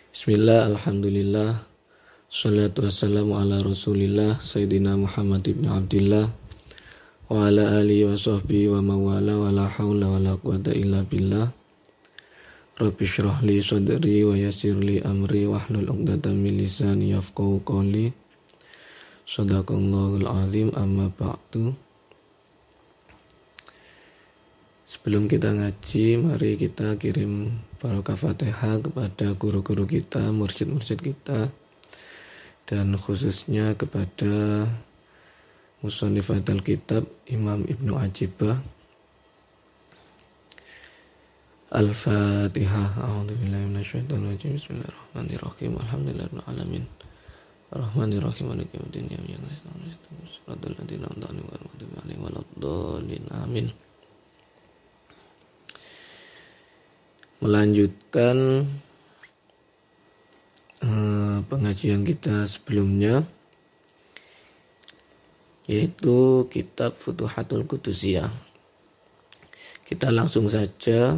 Bismillah, alhamdulillah, salatu wassalamu ala rasulillah, Sayyidina Muhammad ibn Abdillah, wa ala alihi wa sahbihi wa mawala wa la hawla wa la quwata illa billah. Rabbi syrah li sadri wa yassir li amri wahlul 'uqdatam min lisani yafqahu qawli. Shadaqallahul azim, amma ba'du. Sebelum kita ngaji, mari kita kirim barokah Fatihah kepada guru-guru kita, mursyid-mursyid kita, dan khususnya kepada musannif al-kitab Imam Ibnu Ajibah. Al-Fatihah. A'udzubillahi minasyaitonir rajim. Bismillahirrahmanirrahim. Alhamdulillahirabbil alamin. Arrahmanirrahim. Maliki yaumiddin. Iyyaka na'budu wa iyyaka nasta'in. Shiratal ladzina an'amta 'alaihim ghairil maghdubi 'alaihim waladdallin. Amin. Melanjutkan pengajian kita sebelumnya, yaitu kitab Futuhatul Qudusiyah. Kita langsung saja,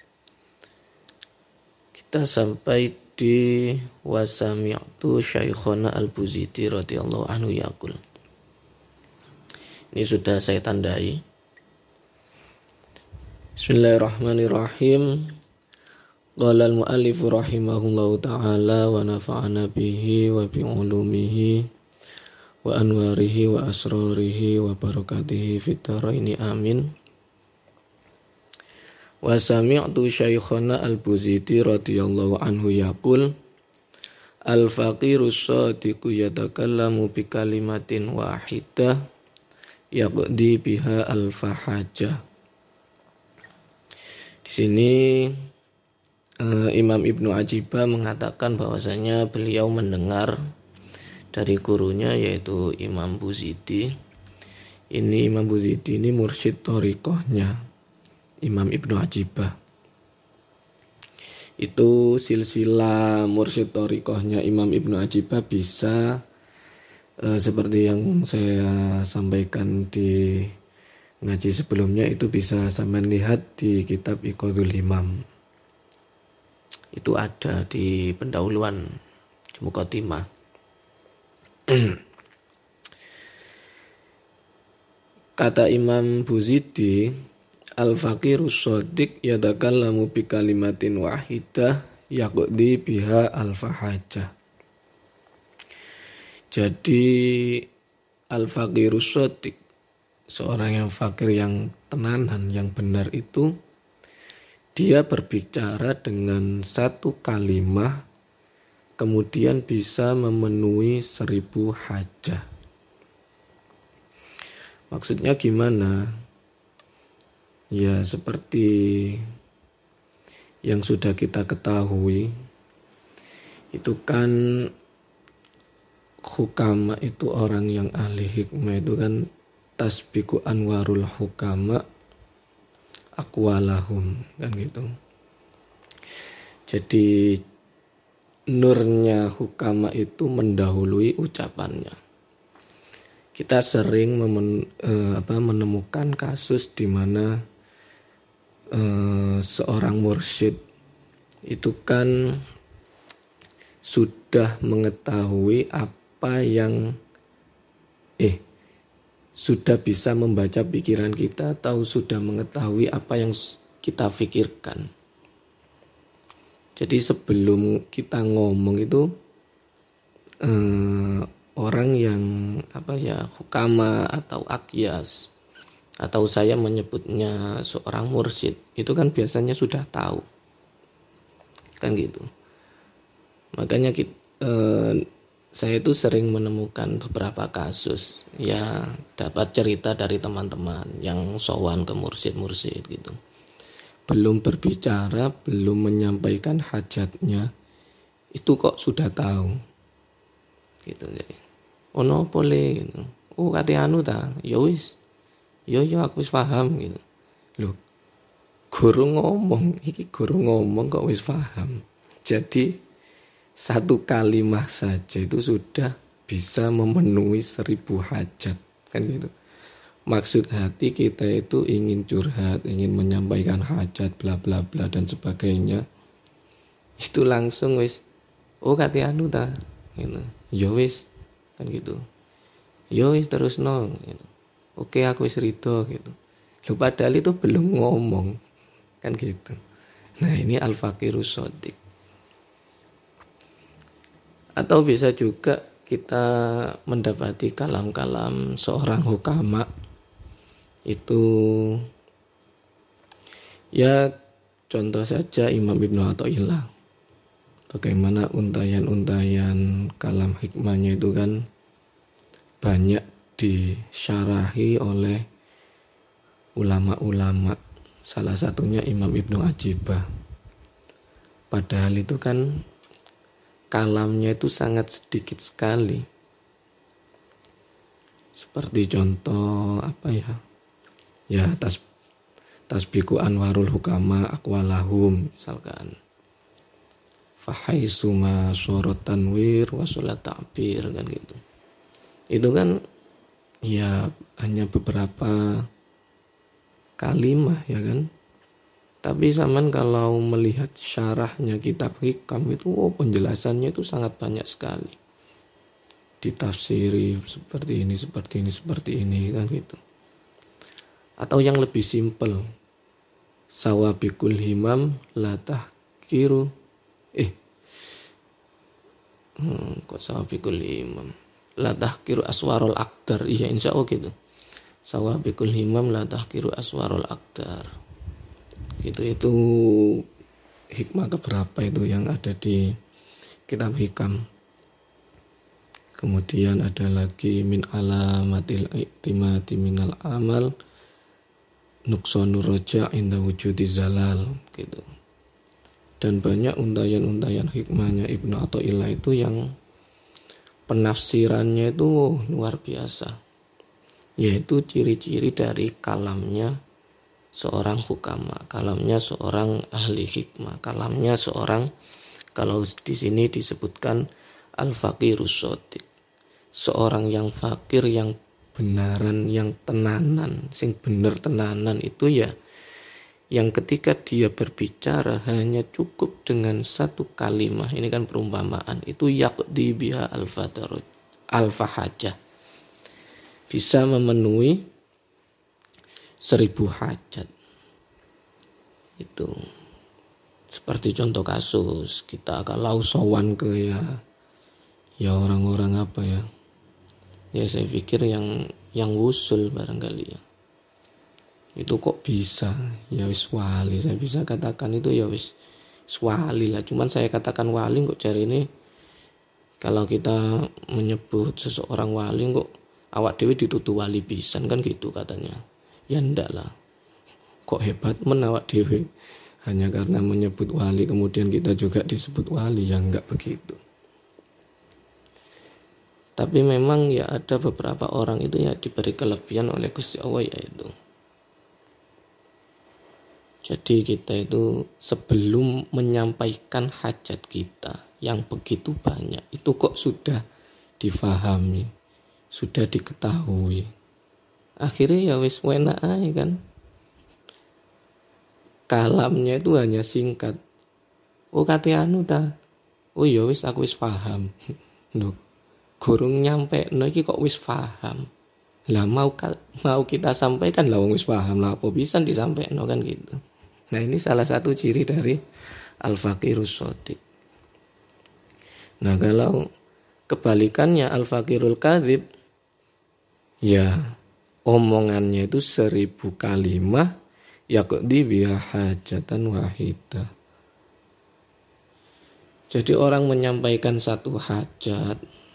kita sampai di wasami'tu Syaikhona Al-Buzidi radhiyallahu anhu yaqul. Ini sudah saya tandai. Bismillahirrahmanirrahim. Qala al-mu'allif rahimahullahu ta'ala wa nafa'ana bihi wa bi'ulumihi wa anwarihi wa asrarihi wa barakatihi fid dharaini amin. Wa sami'tu Syaikhana Al-Buzidi radhiyallahu anhu yaqul al-faqiru shadiqu yatakallamu bi kalimatin wahidah yaqdi biha al-fahajah. Di sini Imam Ibnu Ajibah mengatakan bahwasanya beliau mendengar dari gurunya, yaitu Imam Buzidi. Ini Imam Buzidi ini mursyid thariqahnya Imam Ibnu Ajibah. Itu silsilah mursyid thariqahnya Imam Ibnu Ajibah bisa seperti yang saya sampaikan di ngaji sebelumnya, itu bisa sampean lihat di kitab Iqadul Himam. Itu ada di pendahuluan, di muqaddimah. Kata Imam Buzidi, al-faqiru shadiq yatakallamu bi kalimatin wahidah yaqdi biha al-fahajah. Jadi al-faqiru shadiq, seorang yang fakir, yang tenanan, yang benar itu, dia berbicara dengan satu kalimah kemudian bisa memenuhi 1000 hajah. Maksudnya gimana? Ya seperti yang sudah kita ketahui, itu kan hukama itu orang yang ahli hikmah itu kan tasbiqu anwarul hukama aqwalahum, kan gitu. Jadi nurnya hukama itu mendahului ucapannya. Kita sering menemukan kasus di mana seorang mursyid itu kan sudah mengetahui apa yang sudah bisa membaca pikiran kita, atau sudah mengetahui apa yang kita pikirkan. Jadi sebelum kita ngomong itu orang yang hukama atau akyas, atau saya menyebutnya seorang mursyid, itu kan biasanya sudah tahu, kan gitu. Makanya saya itu sering menemukan beberapa kasus, ya dapat cerita dari teman-teman yang sowan ke mursyid-mursyid gitu. Belum berbicara, belum menyampaikan hajatnya, itu kok sudah tahu. Gitu jadi. Ono boleh gitu. Oh kate anu ta, ya wis. Ya aku wis paham gitu. Loh, guru ngomong kok wis paham. Jadi satu kalimah saja itu sudah bisa memenuhi 1000 hajat, kan gitu. Maksud hati kita itu ingin curhat, ingin menyampaikan hajat, bla bla bla dan sebagainya. Itu langsung wis oh kate anu ta gitu. Ya wis kan gitu. Ya wis terus no gitu. Oke aku wis rido gitu. Lu padahal itu belum ngomong kan gitu. Nah ini al-faqirus shadiq. Atau bisa juga kita mendapati kalam-kalam seorang hukama itu, ya contoh saja Imam Ibnu Athaillah. Bagaimana untayan-untayan kalam hikmahnya itu kan banyak disyarahi oleh ulama-ulama. Salah satunya Imam Ibnu Ajibah. Padahal itu kan kalamnya itu sangat sedikit sekali. Seperti contoh apa ya? Ya tasbiku anwarul hukama aqwalahum misalkan. Fahaisuma sorot tanwir wasulat ta'bir kan gitu. Itu kan ya hanya beberapa kalimah ya kan. Tapi zaman kalau melihat syarahnya kitab hikam itu penjelasannya itu sangat banyak sekali. Ditafsiri seperti ini kan gitu. Atau yang lebih simpel. Sawabikul himam la tahkiru kok sawabikul himam la tahkiru aswarul aqdar. Iya insyaallah gitu. Sawabikul himam la tahkiru aswarul aqdar. Itu hikmah keberapa itu yang ada di kitab hikam. Kemudian ada lagi min alamatil i'timadi minal amal nuqsanur raja' inda wujudi zalal gitu. Dan banyak untayan-untayan hikmahnya Ibnu Athaillah itu yang penafsirannya itu luar biasa. Yaitu ciri-ciri dari kalamnya seorang hukama, kalamnya seorang ahli hikmah, kalamnya seorang, kalau di sini disebutkan al-faqirus shadiq, seorang yang fakir, yang benaran, yang tenanan, sing bener tenanan itu ya, yang ketika dia berbicara hanya cukup dengan satu kalimah, ini kan perumpamaan, itu yaqdi biha al-fahajah, bisa memenuhi 1000 hajat. Itu seperti contoh kasus kita kalau sowan ke ya orang-orang apa ya saya pikir yang wusul barangkali ya, itu kok bisa ya wis wali, saya bisa katakan itu ya wis wali lah. Cuman saya katakan wali kok cari ini, kalau kita menyebut seseorang wali kok awak dewi ditutu wali pisan kan gitu katanya. Ya ndak lah, kok hebat menawak dewi hanya karena menyebut wali kemudian kita juga disebut wali, ya enggak begitu. Tapi memang ya ada beberapa orang itu ya diberi kelebihan oleh Gusti Allah yaitu. Jadi kita itu sebelum menyampaikan hajat kita yang begitu banyak itu kok sudah difahami, sudah diketahui. Akhirnya ya wis enak aja kan. Kalamnya itu hanya singkat. Oh kate anu ta. Oh ya wis aku wis paham. Loh, gurung nyampe no iki kok wis paham. Lah mau kita sampaikan lah wis paham lah apa bisa disampaikan kan gitu. Nah ini salah satu ciri dari al-faqirus shadiq. Nah kalau kebalikannya al-faqirul kadzib, ya omongannya itu 1000 kalimah yaqdi biha hajatan wahidah. Jadi orang menyampaikan satu hajat,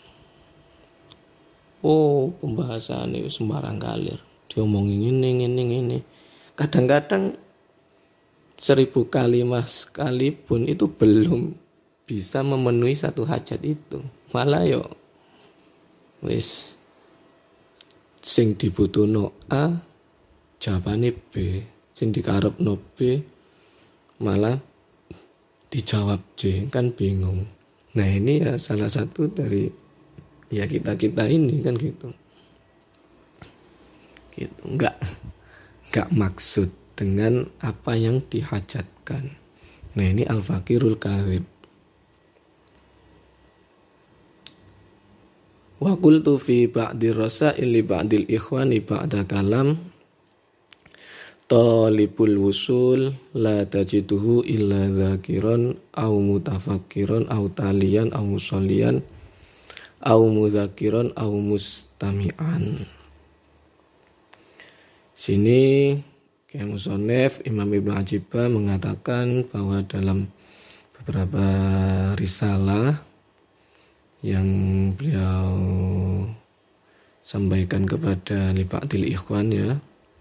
pembahasan itu sembarang kalir, diomongin ini. Kadang-kadang 1000 kalimah sekalipun itu belum bisa memenuhi satu hajat itu. Malah yo wis sing dibutuhno A jawabane B, sing dikarepno B malah dijawab C, kan bingung. Nah ini ya salah satu dari ya kita ini kan gitu nggak maksud dengan apa yang dihajatkan. Nah ini al-faqirul kadzib. Wa qultu fi ba'di rasail li ba'dil ikhwani ba'da kalam talibul wusul la tajiduhu illa dzakiran au mutafakkiran au taliyan au musalliyan au mudzakiran au mustami'an. Sini Kiai Musonef Imam Ibnu Ajibah mengatakan bahwa dalam beberapa risalah yang beliau sampaikan kepada Liba'dil Ikhwan ya,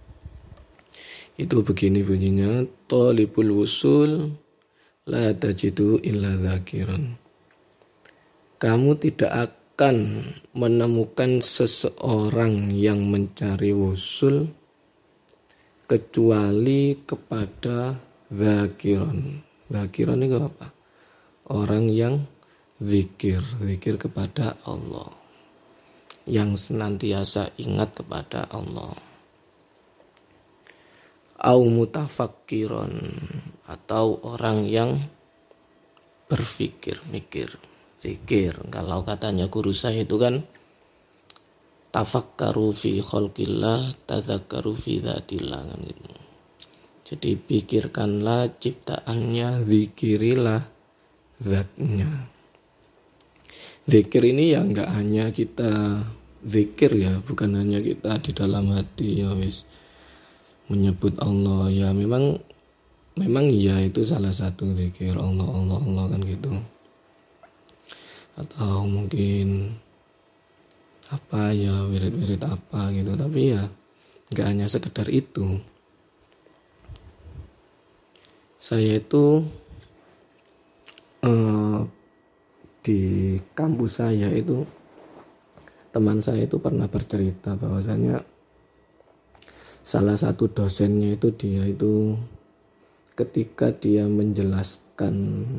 itu begini bunyinya, talibul wusul la tajidu illa dzakiran. Kamu tidak akan menemukan seseorang yang mencari wusul kecuali kepada dzakiran. Dzakiran itu apa? Orang yang zikir kepada Allah, yang senantiasa ingat kepada Allah. Au mutafakkiron, atau orang yang berpikir, mikir, zikir. Kalau katanya guru saya itu kan tafakkaru fi khalqillah, tadzakkaru fi dzatillah kan gitu. Jadi pikirkanlah ciptaannya, zikirilah zatnya. Zikir ini ya enggak hanya kita zikir ya, bukan hanya kita di dalam hati ya wis menyebut Allah ya, memang ya itu salah satu zikir, Allah kan gitu. Atau mungkin apa ya, wirid-wirid apa gitu, tapi ya enggak hanya sekedar itu. Saya itu di kampus saya itu, teman saya itu pernah bercerita bahwasanya salah satu dosennya itu, dia itu ketika dia menjelaskan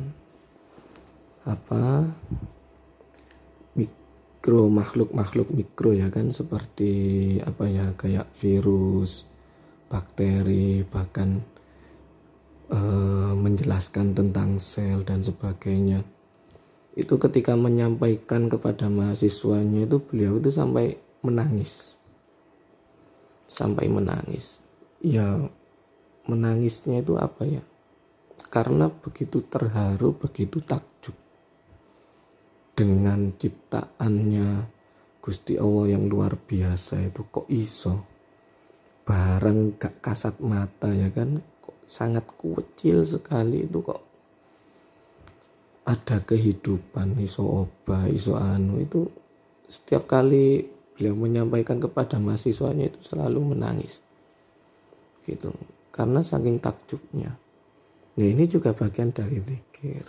makhluk mikro ya kan, seperti kayak virus, bakteri, bahkan menjelaskan tentang sel dan sebagainya. Itu ketika menyampaikan kepada mahasiswanya itu, beliau itu sampai menangis. Ya, menangisnya itu apa ya? Karena begitu terharu, begitu takjub dengan ciptaannya Gusti Allah yang luar biasa itu. Kok iso barang gak kasat mata ya kan, kok sangat kecil sekali itu kok ada kehidupan, iso obah, iso anu. Itu setiap kali beliau menyampaikan kepada mahasiswanya itu selalu menangis gitu, karena saking takjubnya. Nah, ini juga bagian dari zikir.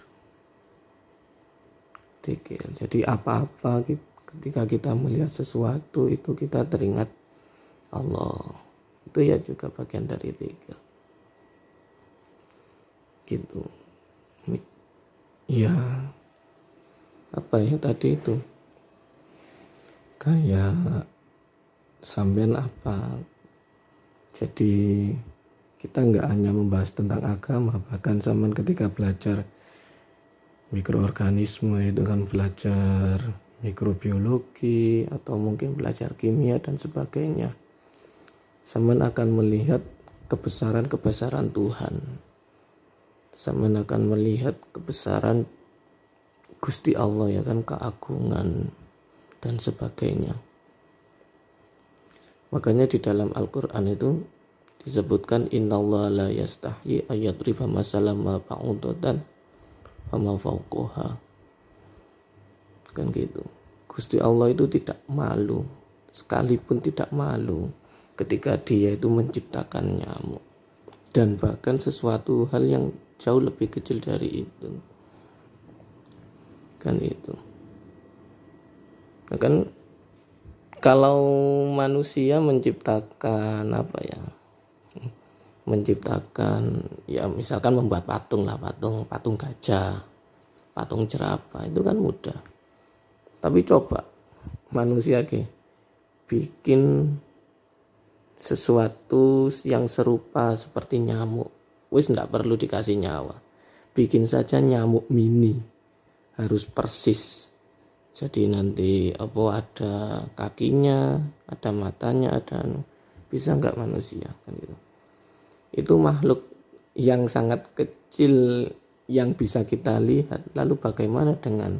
Jadi apa-apa ketika kita melihat sesuatu itu kita teringat Allah, itu ya juga bagian dari zikir gitu. Ya tadi itu kayak sampean jadi kita nggak hanya membahas tentang agama, bahkan sampean ketika belajar mikroorganisme itu kan belajar mikrobiologi atau mungkin belajar kimia dan sebagainya, sampean akan melihat kebesaran Tuhan. Sampean akan melihat kebesaran Gusti Allah ya kan, keagungan dan sebagainya. Makanya di dalam Al-Qur'an itu disebutkan innallaha la yastahyi ayadriba masalan ma ba'udatan wa ma fawqaha. Kan gitu. Gusti Allah itu tidak malu, sekalipun tidak malu ketika dia itu menciptakan nyamuk dan bahkan sesuatu hal yang jauh lebih kecil dari itu. Kan itu. Nah, kan kalau manusia menciptakan ya misalkan membuat patung gajah, patung jerapah, itu kan mudah. Tapi coba manusia bikin sesuatu yang serupa seperti nyamuk, wis nggak perlu dikasih nyawa, bikin saja nyamuk mini, harus persis Jadi nanti ada kakinya, ada matanya, bisa nggak manusia kan gitu. Itu makhluk yang sangat kecil yang bisa kita lihat. Lalu bagaimana dengan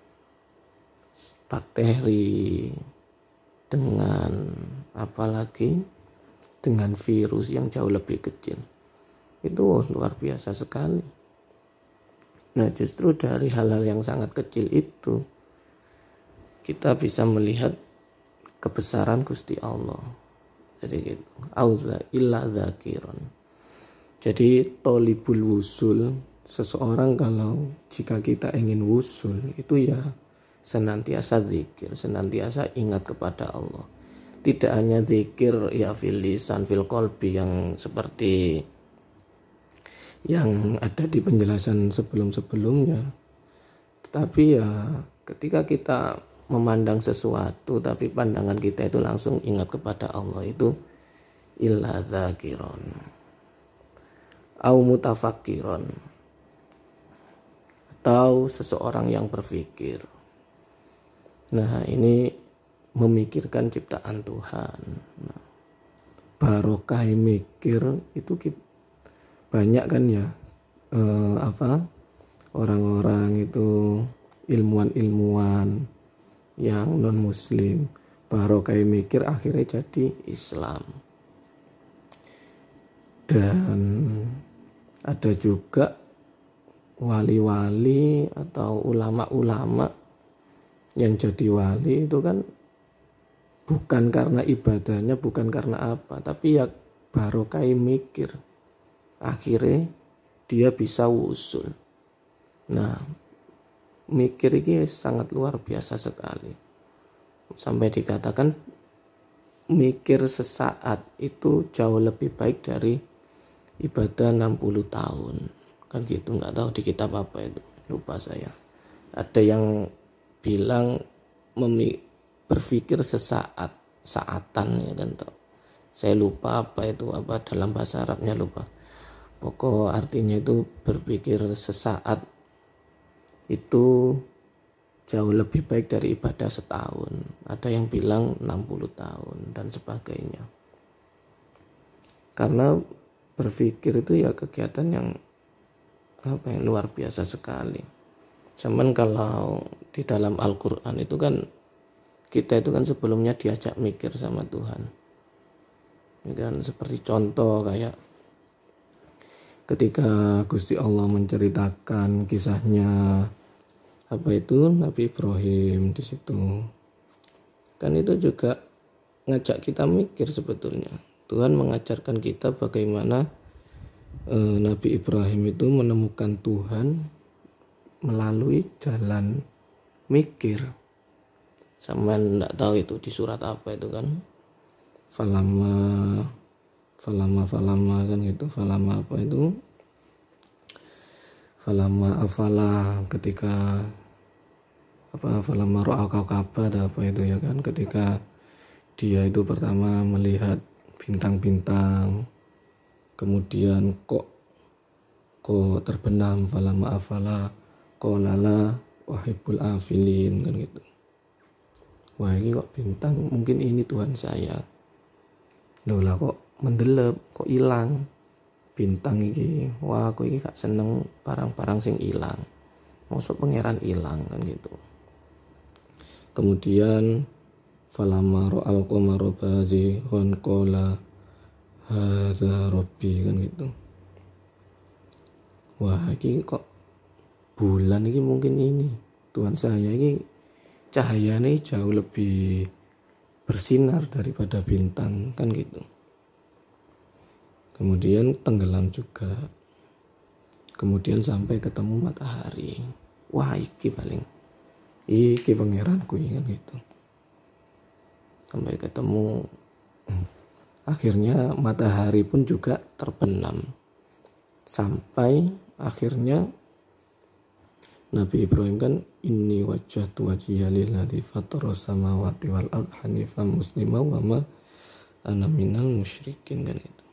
bakteri, dengan apalagi dengan virus yang jauh lebih kecil. Itu luar biasa sekali. Nah, justru dari hal-hal yang sangat kecil itu kita bisa melihat kebesaran Gusti Allah. Jadi gitu. Auza illa dzakiron. Jadi tolibul wusul, seseorang kalau jika kita ingin wusul itu ya senantiasa zikir, senantiasa ingat kepada Allah. Tidak hanya zikir ya fil lisan fil qalbi yang seperti yang ada di penjelasan sebelum-sebelumnya. Tetapi ya ketika kita memandang sesuatu tapi pandangan kita itu langsung ingat kepada Allah, itu illa dzakiron au mutafakkiron, atau seseorang yang berpikir. Nah, ini memikirkan ciptaan Tuhan. Nah, barokah mikir itu banyak kan ya, orang-orang itu ilmuwan-ilmuwan yang non muslim barokah mikir akhirnya jadi Islam. Dan ada juga wali-wali atau ulama-ulama yang jadi wali itu kan bukan karena ibadahnya, bukan karena apa, tapi ya barokah mikir akhirnya dia bisa wusul. Nah, mikir ini sangat luar biasa sekali. Sampai dikatakan mikir sesaat itu jauh lebih baik dari ibadah 60 tahun. Kan gitu, nggak tahu di kitab apa itu, lupa saya. Ada yang bilang berpikir saatan ya kan. Saya lupa apa itu, apa dalam bahasa Arabnya lupa. Pokok artinya itu berpikir sesaat itu jauh lebih baik dari ibadah setahun. Ada yang bilang 60 tahun dan sebagainya. Karena berpikir itu ya kegiatan yang luar biasa sekali. Cuman kalau di dalam Al-Quran itu kan kita itu kan sebelumnya diajak mikir sama Tuhan. Dan seperti contoh kayak ketika Gusti Allah menceritakan kisahnya Nabi Ibrahim di situ, kan itu juga ngajak kita mikir sebetulnya. Tuhan mengajarkan kita bagaimana Nabi Ibrahim itu menemukan Tuhan melalui jalan mikir. Sama enggak tahu itu di surat apa itu kan, falama kan gitu, falama apa itu, falama afala, ketika falama ro'a kaukaba apa itu ya kan, ketika dia itu pertama melihat bintang-bintang, kemudian kok terbenam, falama afala qolala wahibul afilin kan gitu. Wah, ini kok bintang, mungkin ini Tuhan saya. Loh lah kok mendelep, kok hilang bintang ini. Wah, aku ini gak seneng barang-barang sing hilang. Maksud pangeran hilang kan gitu. Kemudian falama ro'al qamara bazighan qala hadza rabbi kan gitu. Wah, ini kok bulan ini mungkin ini Tuhan saya, ini cahayanya jauh lebih bersinar daripada bintang kan gitu. Kemudian tenggelam juga. Kemudian sampai ketemu matahari. Wah, iki pangeranku kan gitu. Sampai ketemu, akhirnya matahari pun juga terbenam. Sampai akhirnya Nabi Ibrahim kan, inni wajjahtu wajhiya lilladzi fataras samawati wal ardh hanifan musliman wa ma ana minal musyrikin kan itu.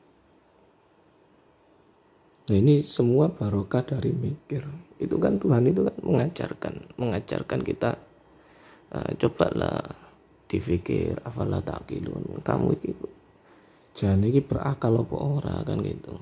Nah, ini semua barokah dari mikir. Itu kan Tuhan itu kan mengajarkan kita Cobalah dipikir, afala taqilun, kamu iki jan iki berakal apa ora, kan gitu.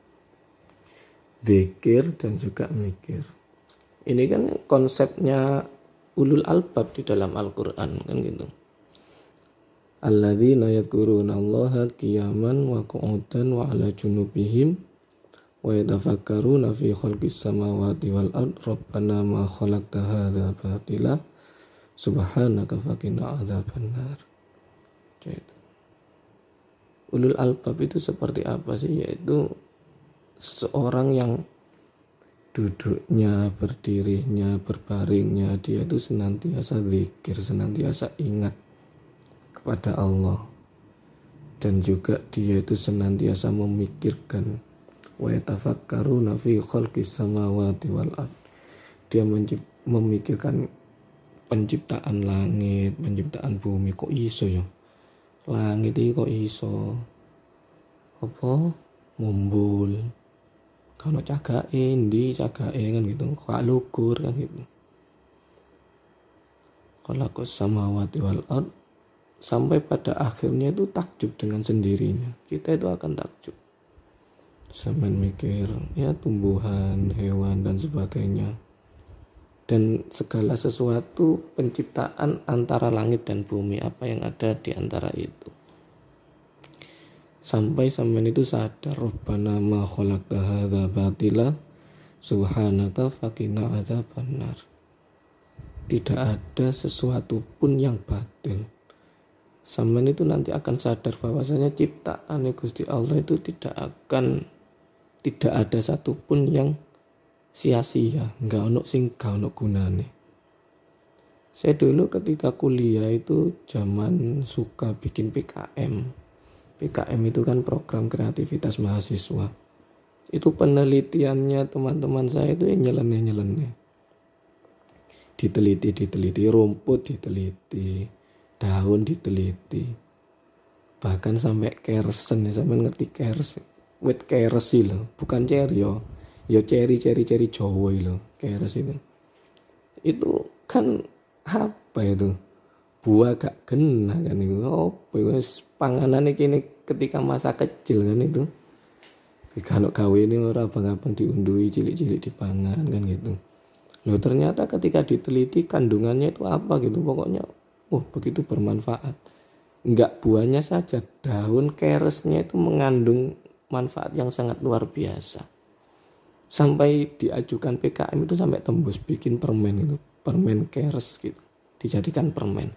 Zikir dan juga mikir. Ini kan konsepnya ulul albab di dalam Al-Qur'an, kan gitu. Alladzina yadhkuruna Allaha qiyaman wa qu'udan wa 'ala junubihim wa yatafakkaruna fi khalqis samawati wal ard rabbana ma khalaqta hadza batila subhanaka faqina adzabannar. Gitu. Ulul albab itu seperti apa sih? Yaitu seseorang yang duduknya, berdirinya, berbaringnya, dia itu senantiasa zikir, senantiasa ingat kepada Allah, dan juga dia itu senantiasa memikirkan wa yatafakkaruna fi khalqis samawati wal ard. Dia memikirkan penciptaan langit, penciptaan bumi. Kok iso ya? Langit iki kok iso apa mumbul? Kalau cagake ndi cagake, kan gitu. Kok lugur, kan gitu. Khalaqas samawati wal ard, sampai pada akhirnya itu takjub dengan sendirinya. Kita itu akan takjub. Sampai mikir ya tumbuhan, hewan dan sebagainya. Dan segala sesuatu penciptaan antara langit dan bumi, apa yang ada di antara itu. Sampai itu sadar, Rabbana ma khalaqta hadza batila subhanaka faqina adzabannar. Tidak ada sesuatu pun yang batil. Sampean itu nanti akan sadar bahwasanya ciptaan Gusti Allah itu tidak ada satupun yang sia-sia, enggak ono sing gak ono gunane. Saya dulu ketika kuliah itu zaman suka bikin PKM. PKM itu kan program kreativitas mahasiswa. Itu penelitiannya teman-teman saya itu yang nyeleneh. Diteliti, rumput diteliti, daun diteliti, bahkan sampai kersen ya, sampai ngerti kersen, wit kersi loh, bukan cherry yo cherry Jawa loh, keres itu kan apa itu, buah gak kena kan itu, wis panganan ini ketika masa kecil kan itu, kalau gawe ini ora abang-abang diundui cilik-cilik dipangan kan gitu. Loh ternyata ketika diteliti kandungannya itu apa gitu, pokoknya begitu bermanfaat. Enggak buahnya saja, daun keresnya itu mengandung manfaat yang sangat luar biasa. Sampai diajukan PKM itu sampai tembus bikin permen itu, permen keres gitu, dijadikan permen.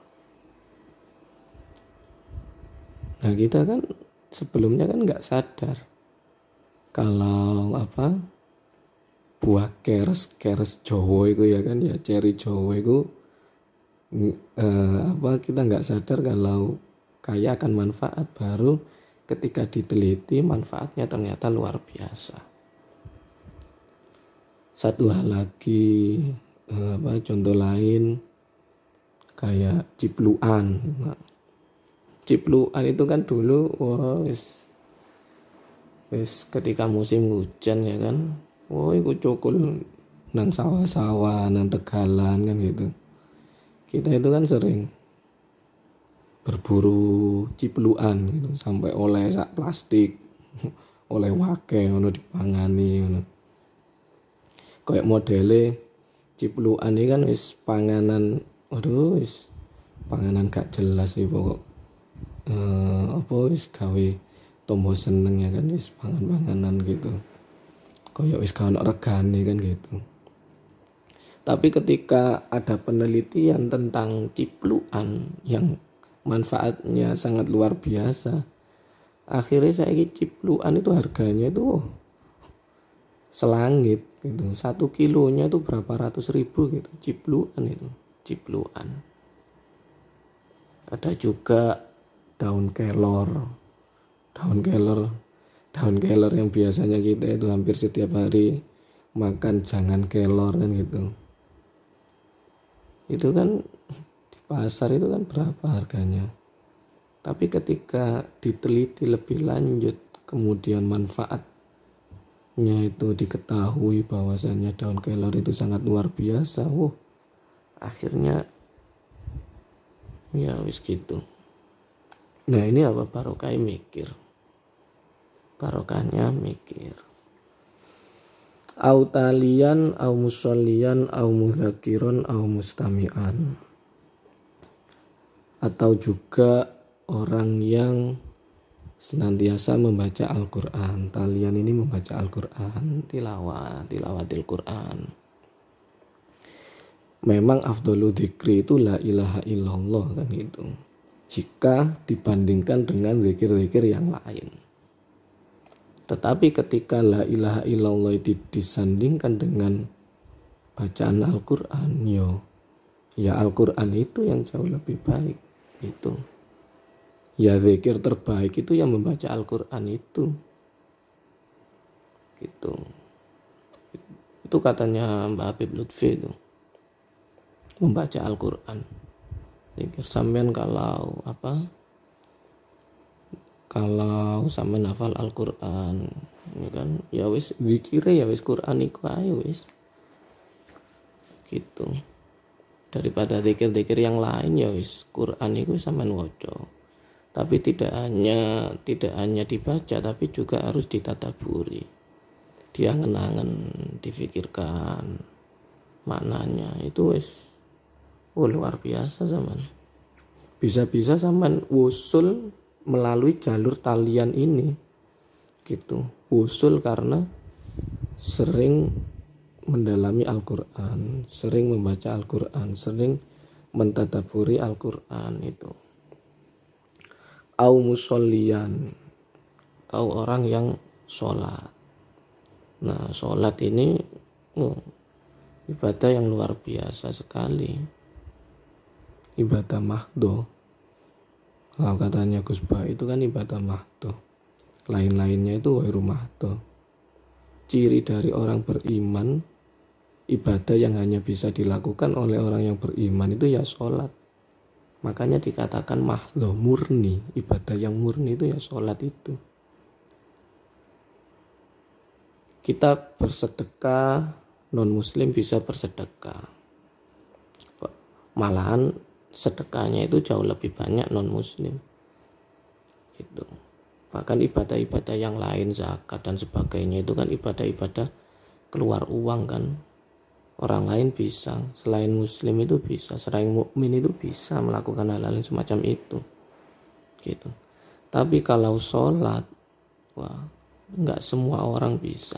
Nah kita kan sebelumnya kan enggak sadar kalau buah keres Jawa itu ya kan, ya ceri Jawa itu kita nggak sadar kalau kaya akan manfaat, baru ketika diteliti manfaatnya ternyata luar biasa. Satu hal lagi, contoh lain kayak cipluan. Cipluan itu kan dulu wis ketika musim hujan ya kan, iku cukul nang sawah-sawah, nang tegalan kan gitu. Kita itu kan sering berburu cipluan gitu, sampai oleh sak plastik, oleh wake ngono dipangani ngono. Kayak modele cipluan ini kan wis panganan, wis panganan gak jelas sih pokok. Wis gawe tombo seneng ya kan, wis pangan-panganan gitu. Kayak wis gak ono regane kan gitu. Tapi ketika ada penelitian tentang cipluan yang manfaatnya sangat luar biasa, akhirnya saya cipluan itu harganya itu selangit gitu. 1 kilonya itu berapa ratus ribu gitu, cipluan itu, cipluan. Ada juga daun kelor yang biasanya kita itu hampir setiap hari makan jangan kelor kan gitu. Itu kan di pasar itu kan berapa harganya. Tapi ketika diteliti lebih lanjut, kemudian manfaatnya itu diketahui bahwasanya daun kelor itu sangat luar biasa. Akhirnya Ya wis gitu. Nah ini apa, barokahnya mikir. Barokahnya mikir. Au talian, au musollian, au mudzakiron, au mustami'an. Atau juga orang yang senantiasa membaca Al-Quran. Talian ini membaca Al-Quran, tilawatil Quran. Memang afdhalu dzikri itu la ilaha illallah kan gitu. Jika dibandingkan dengan zikir-zikir yang lain. Tetapi ketika la ilaha illallah disandingkan dengan bacaan Al-Quran, ya Al-Quran itu yang jauh lebih baik gitu. Ya zikir terbaik itu yang membaca Al-Quran itu gitu. Itu katanya Mbak Habib Lutfi itu, membaca Al-Quran. Zikir sampean kalau sampean hafal Al-Quran ya kan, ya wis zikire ya wis Quran iku ae wis gitu. Daripada zikir-zikir yang lain ya wis Quran iku sampean waca. Tapi tidak hanya dibaca, tapi juga harus ditadaburi, diangen-angen, difikirkan maknanya. Itu wis luar biasa zaman. Bisa-bisa zaman usul melalui jalur talian ini gitu. Usul karena sering mendalami Al-Quran, sering membaca Al-Quran, sering mentadaburi Al-Quran itu. Au musollian, atau orang yang sholat. Nah sholat ini ibadah yang luar biasa sekali, ibadah mahdo. Kalau katanya Gus Bah itu kan ibadah mahdo, lain-lainnya itu wairu mahdo. Ciri dari orang beriman, ibadah yang hanya bisa dilakukan oleh orang yang beriman itu ya sholat. Makanya dikatakan mahdo, murni. Ibadah yang murni itu ya sholat itu. Kita bersedekah, non muslim bisa bersedekah. Malahan sedekahnya itu jauh lebih banyak non muslim gitu. Bahkan ibadah-ibadah yang lain, zakat dan sebagainya, itu kan ibadah-ibadah keluar uang kan. Orang lain bisa, selain muslim itu bisa, selain mukmin itu bisa melakukan hal-hal semacam itu gitu. Tapi kalau sholat, nggak semua orang bisa.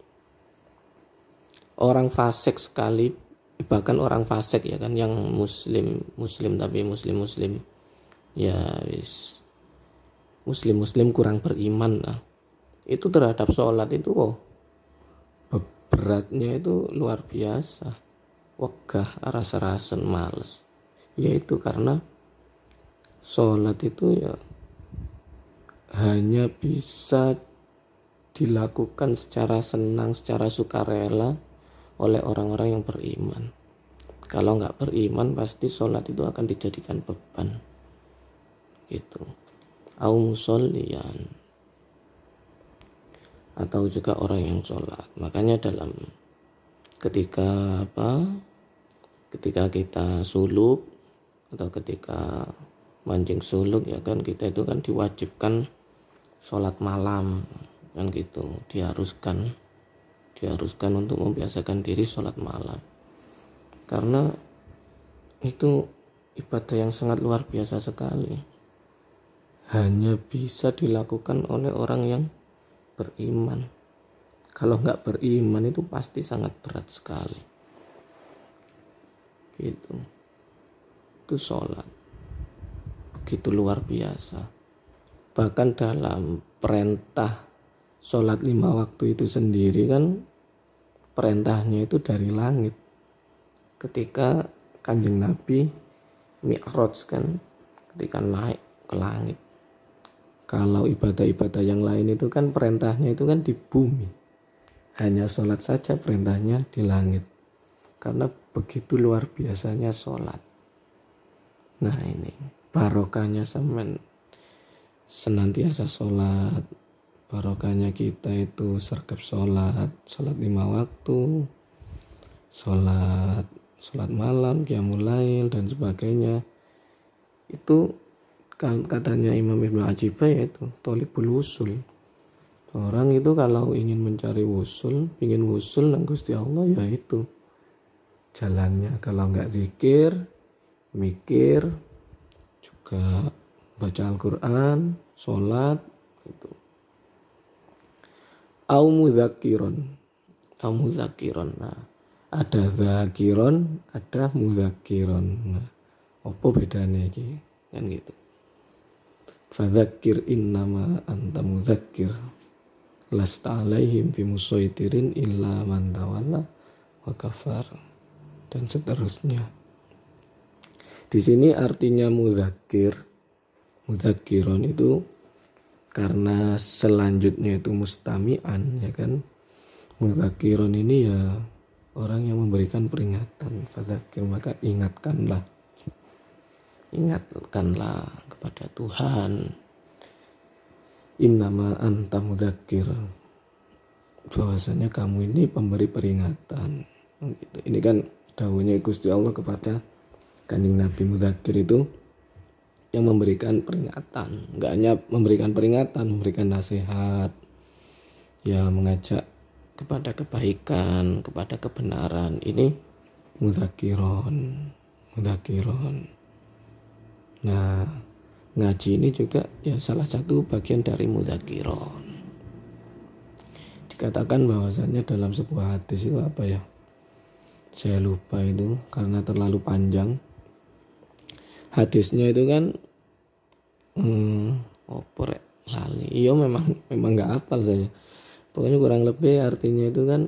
Orang fasik sekali, bahkan orang fasik ya kan, yang muslim tapi muslim ya wis muslim kurang beriman lah, itu terhadap sholat itu beratnya itu luar biasa, wegah, rasa-rasen, males. Yaitu karena sholat itu ya hanya bisa dilakukan secara senang, secara sukarela oleh orang-orang yang beriman. Kalau nggak beriman pasti sholat itu akan dijadikan beban gitu. Au musollian, atau juga orang yang sholat. Makanya dalam ketika kita suluk atau ketika mancing suluk ya kan, kita itu kan diwajibkan sholat malam kan gitu, diharuskan untuk membiasakan diri sholat malam, karena itu ibadah yang sangat luar biasa sekali, hanya bisa dilakukan oleh orang yang beriman. Kalau nggak beriman itu pasti sangat berat sekali gitu. Itu sholat begitu luar biasa. Bahkan dalam perintah sholat 5 waktu itu sendiri kan, perintahnya itu dari langit. Ketika Kanjeng Nabi Mi'raj kan, ketika naik ke langit. Kalau ibadah-ibadah yang lain itu kan perintahnya itu kan di bumi. Hanya sholat saja perintahnya di langit. Karena begitu luar biasanya sholat. Nah ini barokahnya senantiasa sholat. Barokahnya kita itu sergap sholat 5 waktu, sholat malam, qiyamul lail dan sebagainya. Itu kan katanya Imam Ibnu Ajibah yaitu tolibul wusul. Orang itu kalau ingin mencari wusul, ingin wusul nang Gusti Allah, ya itu jalannya. Kalau nggak zikir, mikir, juga baca Al-Quran, sholat, gitu. Au mudzakiron. Nah, ada zakiron, ada mudzakiron. Nah, apa bedanya iki? Kan gitu. Fadzakir innama anta mudzakir. Lasta alaihim bimusaitirin illa man tawalla wa kafar. Dan seterusnya. Di sini artinya mudzakiron itu karena selanjutnya itu mustami'an, ya kan. Mudzakiron ini ya orang yang memberikan peringatan. Fadzakir, maka ingatkanlah kepada Tuhan. Innama anta mudzakir, bahwasanya kamu ini pemberi peringatan. Ini kan dawuhnya Gusti Allah kepada Kanjeng Nabi. Mudzakir itu yang memberikan peringatan, enggak hanya memberikan peringatan, memberikan nasihat, ya mengajak kepada kebaikan, kepada kebenaran. Ini mudzakiron. Nah, ngaji ini juga ya salah satu bagian dari mudzakiron. Dikatakan bahwasanya dalam sebuah hadis itu apa ya? Saya lupa itu karena terlalu panjang. Hadisnya itu kan lali. Iya memang nggak hafal saya. Pokoknya kurang lebih artinya itu kan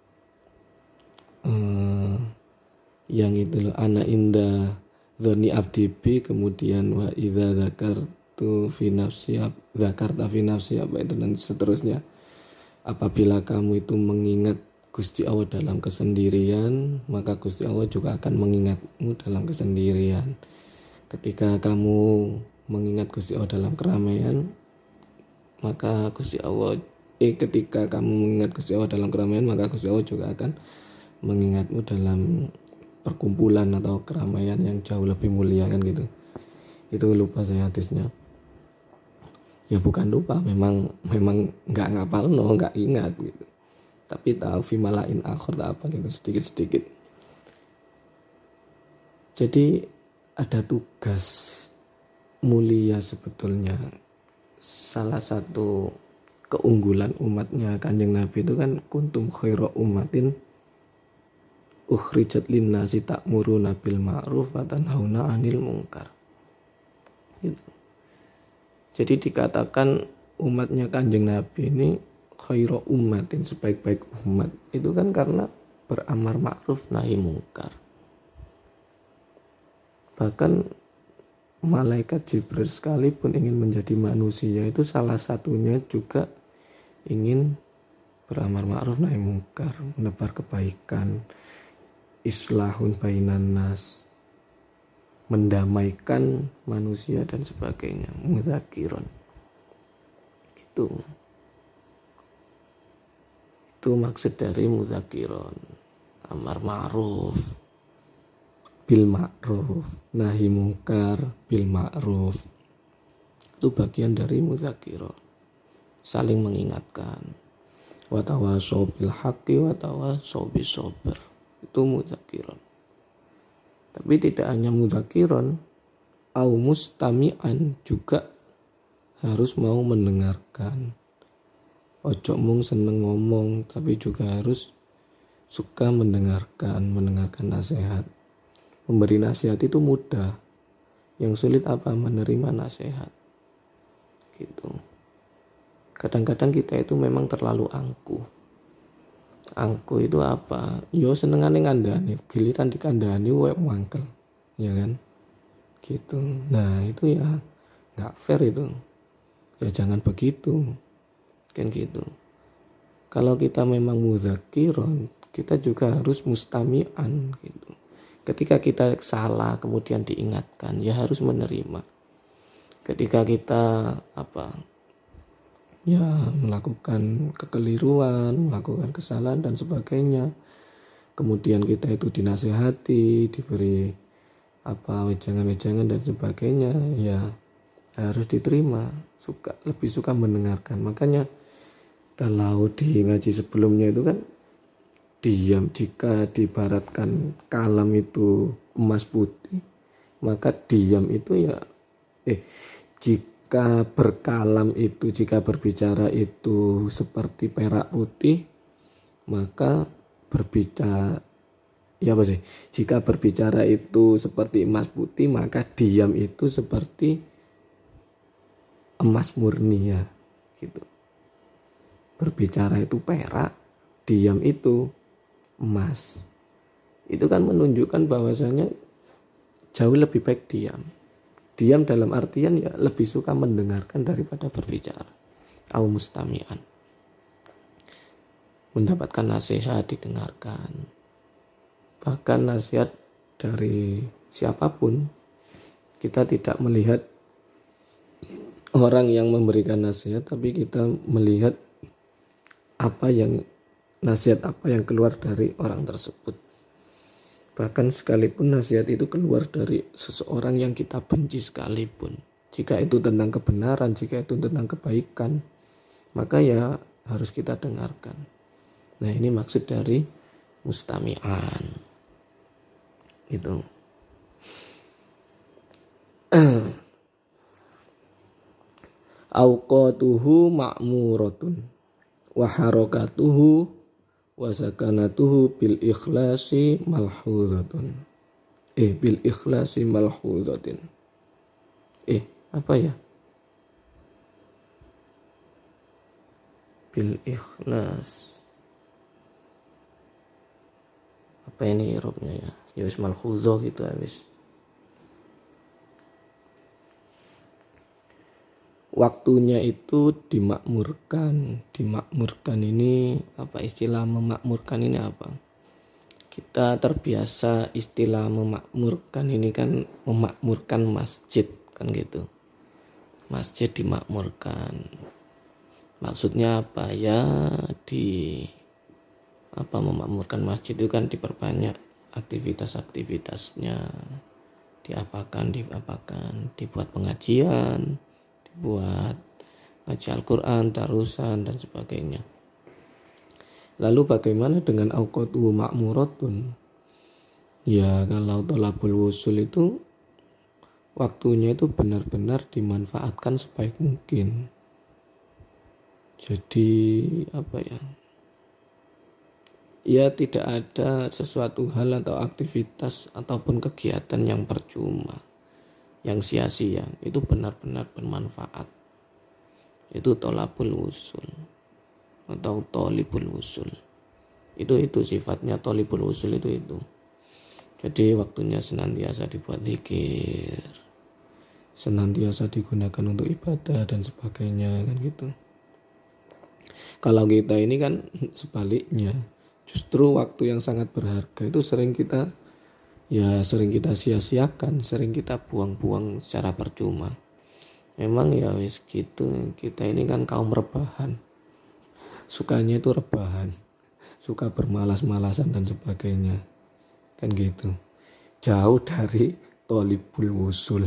yang itu loh, ana inda dzani abdi bi, kemudian wa idza zakartu fi nafsi zakarta fi nafsi, apa itu dan seterusnya. Apabila kamu itu mengingat Gusti Allah dalam kesendirian, maka Gusti Allah juga akan mengingatmu dalam kesendirian. Ketika kamu mengingat Gusti Allah dalam keramaian, maka ketika kamu mengingat Gusti Allah dalam keramaian, maka Gusti Allah juga akan mengingatmu dalam perkumpulan atau keramaian yang jauh lebih mulia, kan gitu. Itu lupa saya hadisnya. Ya bukan lupa, memang nggak ngapal, nggak ingat gitu. Tapi tahu fi malain akhir apa gitu, sedikit-sedikit. Jadi ada tugas mulia sebetulnya. Salah satu keunggulan umatnya Kanjeng Nabi itu kan kuntum khaira ummatin ukhrijat linnasi ta'muruna bil ma'ruf wa tanhauna 'anil munkar. Gitu. Jadi dikatakan umatnya Kanjeng Nabi ini khairu ummatin, sebaik-baik umat. Itu kan karena beramar ma'ruf nahi munkar. Bahkan malaikat Jibril sekalipun ingin menjadi manusia itu salah satunya juga ingin beramar ma'ruf nahi munkar, menebar kebaikan, islahun bainan nas, mendamaikan manusia dan sebagainya. Mudzakiron. Itu maksud dari mudzakiron. Amar ma'ruf bil ma'ruf, nahi munkar bil ma'ruf. Itu bagian dari mudzakiron. Saling mengingatkan. Wa tawasau bil haqqi wa tawasau bis sabr. Itu mudzakiron. Tapi tidak hanya mudzakiron, au mustami'an, juga harus mau mendengarkan. Ojo mung seneng ngomong, tapi juga harus suka mendengarkan nasihat. Memberi nasihat itu mudah. Yang sulit apa? Menerima nasihat. Gitu. Kadang-kadang kita itu memang terlalu angkuh. Angkuh itu apa? Yo senengane ngandani, giliran dikandani wae mangkel. Ya kan? Gitu. Nah, itu ya enggak fair itu. Ya jangan begitu. Kan gitu. Kalau kita memang mudzakiron, kita juga harus mustami'an gitu. Ketika kita salah kemudian diingatkan, ya harus menerima. Ketika kita melakukan kekeliruan, melakukan kesalahan dan sebagainya, kemudian kita itu dinasihati, diberi wejangan-wejangan dan sebagainya, ya harus diterima. Lebih suka mendengarkan. Makanya kalau di ngaji sebelumnya itu kan diam, jika diibaratkan kalam itu emas putih, maka diam itu ya jika berbicara itu seperti perak putih, maka jika berbicara itu seperti emas putih, maka diam itu seperti emas murni, ya gitu. Berbicara itu perak, diam itu emas. Itu kan menunjukkan bahwasanya jauh lebih baik diam. Diam dalam artian ya lebih suka mendengarkan daripada berbicara. Au mustami'an. Mendapatkan nasihat, didengarkan. Bahkan nasihat dari siapapun, kita tidak melihat orang yang memberikan nasihat, tapi kita melihat nasihat apa yang keluar dari orang tersebut. Bahkan sekalipun nasihat itu keluar dari seseorang yang kita benci sekalipun, jika itu tentang kebenaran, jika itu tentang kebaikan, maka ya harus kita dengarkan. Nah, ini maksud dari mustami'an itu. Auqatuhu ma'muratun wa harakatuhu wa sakanatuhu bil ikhlasi malhuzatun. Bil ikhlasi malhuzatin. Apa ya? Bil ikhlas. Apa ini irobnya ya? Ya wis malhuzah gitu habis. Waktunya itu dimakmurkan. Dimakmurkan ini apa, istilah memakmurkan ini apa? Kita terbiasa istilah memakmurkan ini kan memakmurkan masjid kan gitu. Masjid dimakmurkan. Maksudnya apa ya? Memakmurkan masjid itu kan diperbanyak aktivitas-aktivitasnya, diapakan, dibuat pengajian, dibuat ngaji Al-Quran, darusan dan sebagainya. Lalu bagaimana dengan auqatu ma'muratun? Ya kalau thalabul wusul itu waktunya itu benar-benar dimanfaatkan sebaik mungkin. Jadi ya tidak ada sesuatu hal atau aktivitas ataupun kegiatan yang percuma, yang sia-sia. Itu benar-benar bermanfaat. Itu thalabul wusul atau thalibul wusul. Itu sifatnya thalibul wusul itu. Jadi waktunya senantiasa dibuat zikir, senantiasa digunakan untuk ibadah dan sebagainya kan gitu. Kalau kita ini kan sebaliknya, justru waktu yang sangat berharga itu sering kita sia-siakan, sering kita buang-buang secara percuma. Memang ya wis gitu, kita ini kan kaum rebahan. Sukanya itu rebahan, suka bermalas-malasan dan sebagainya. Kan gitu. Jauh dari thalibul wusul.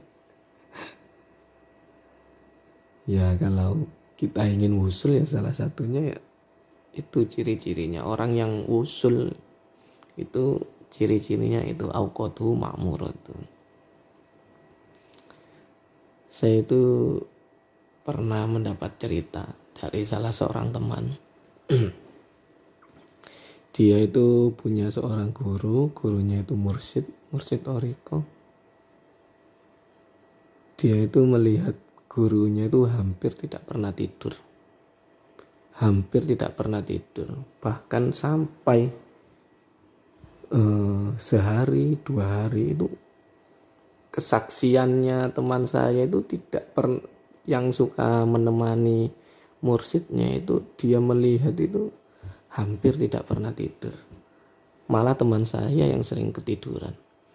Ya kalau kita ingin wusul ya salah satunya ya itu ciri-cirinya. Orang yang wusul itu ciri-cirinya itu auqatuhu ma'muratun. Saya itu pernah mendapat cerita dari salah seorang teman. Dia itu punya seorang gurunya itu mursyid thariqah. Dia itu melihat gurunya itu hampir tidak pernah tidur. Bahkan sampai sehari 2 hari itu kesaksiannya teman saya itu yang suka menemani mursyidnya itu, dia melihat itu hampir tidak pernah tidur. Malah teman saya yang sering ketiduran.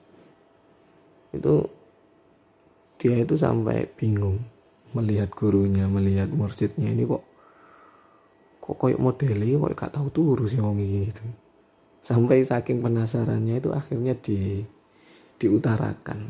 Itu dia itu sampai bingung melihat gurunya, melihat mursyidnya ini kok koyo modeli kok gak tahu turu sih wong iki gitu. Sampai saking penasarannya itu akhirnya diutarakan.